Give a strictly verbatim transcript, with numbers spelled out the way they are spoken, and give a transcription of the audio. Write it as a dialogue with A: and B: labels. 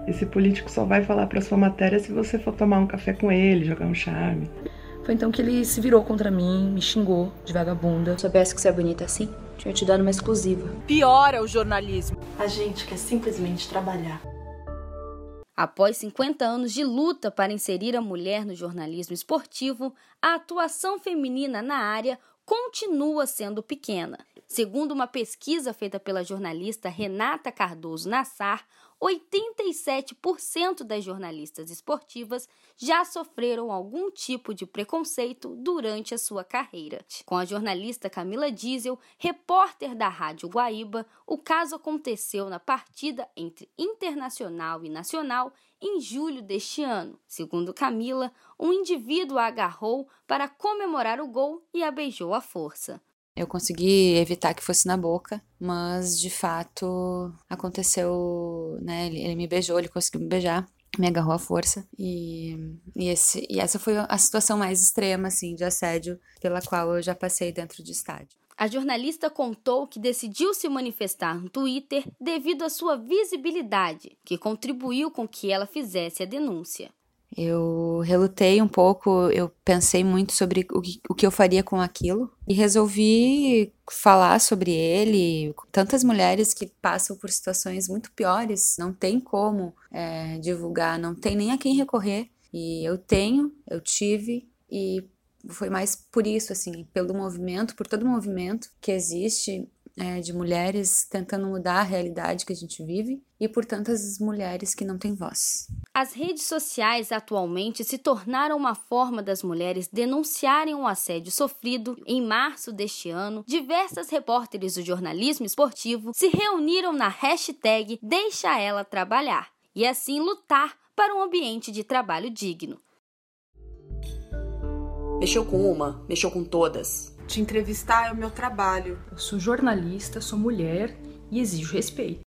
A: Esse político só vai falar pra sua matéria se você for tomar um café com ele, jogar um charme.
B: Foi então que ele se virou contra mim, me xingou de vagabunda.
C: Se soubesse que você é bonita assim, tinha te dado uma exclusiva.
D: Piora o jornalismo.
E: A gente quer simplesmente trabalhar.
F: Após cinquenta anos de luta para inserir a mulher no jornalismo esportivo, a atuação feminina na área continua sendo pequena. Segundo uma pesquisa feita pela jornalista Renata Cardoso Nassar, oitenta e sete por cento das jornalistas esportivas já sofreram algum tipo de preconceito durante a sua carreira. Com a jornalista Camila Diesel, repórter da Rádio Guaíba, o caso aconteceu na partida entre Internacional e Nacional em julho deste ano. Segundo Camila, um indivíduo a agarrou para comemorar o gol e a beijou à força.
G: Eu consegui evitar que fosse na boca, mas de fato aconteceu, né? Ele, ele me beijou, ele conseguiu me beijar, me agarrou à força e, e, esse, e essa foi a situação mais extrema, assim, de assédio pela qual eu já passei dentro de estádio.
F: A jornalista contou que decidiu se manifestar no Twitter devido à sua visibilidade, que contribuiu com que ela fizesse a denúncia.
G: Eu relutei um pouco, eu pensei muito sobre o que, o que eu faria com aquilo e resolvi falar sobre ele. Tantas mulheres que passam por situações muito piores, não tem como é, divulgar, não tem nem a quem recorrer. E eu tenho, eu tive e foi mais por isso, assim, pelo movimento, por todo o movimento que existe é, de mulheres tentando mudar a realidade que a gente vive e por tantas mulheres que não têm voz.
F: As redes sociais atualmente se tornaram uma forma das mulheres denunciarem o assédio sofrido. Em março deste ano, diversas repórteres do jornalismo esportivo se reuniram na hashtag Deixa Ela Trabalhar e assim lutar para um ambiente de trabalho digno.
E: Mexeu com uma, mexeu com todas.
D: Te entrevistar é o meu trabalho.
B: Eu sou jornalista, sou mulher e exijo respeito.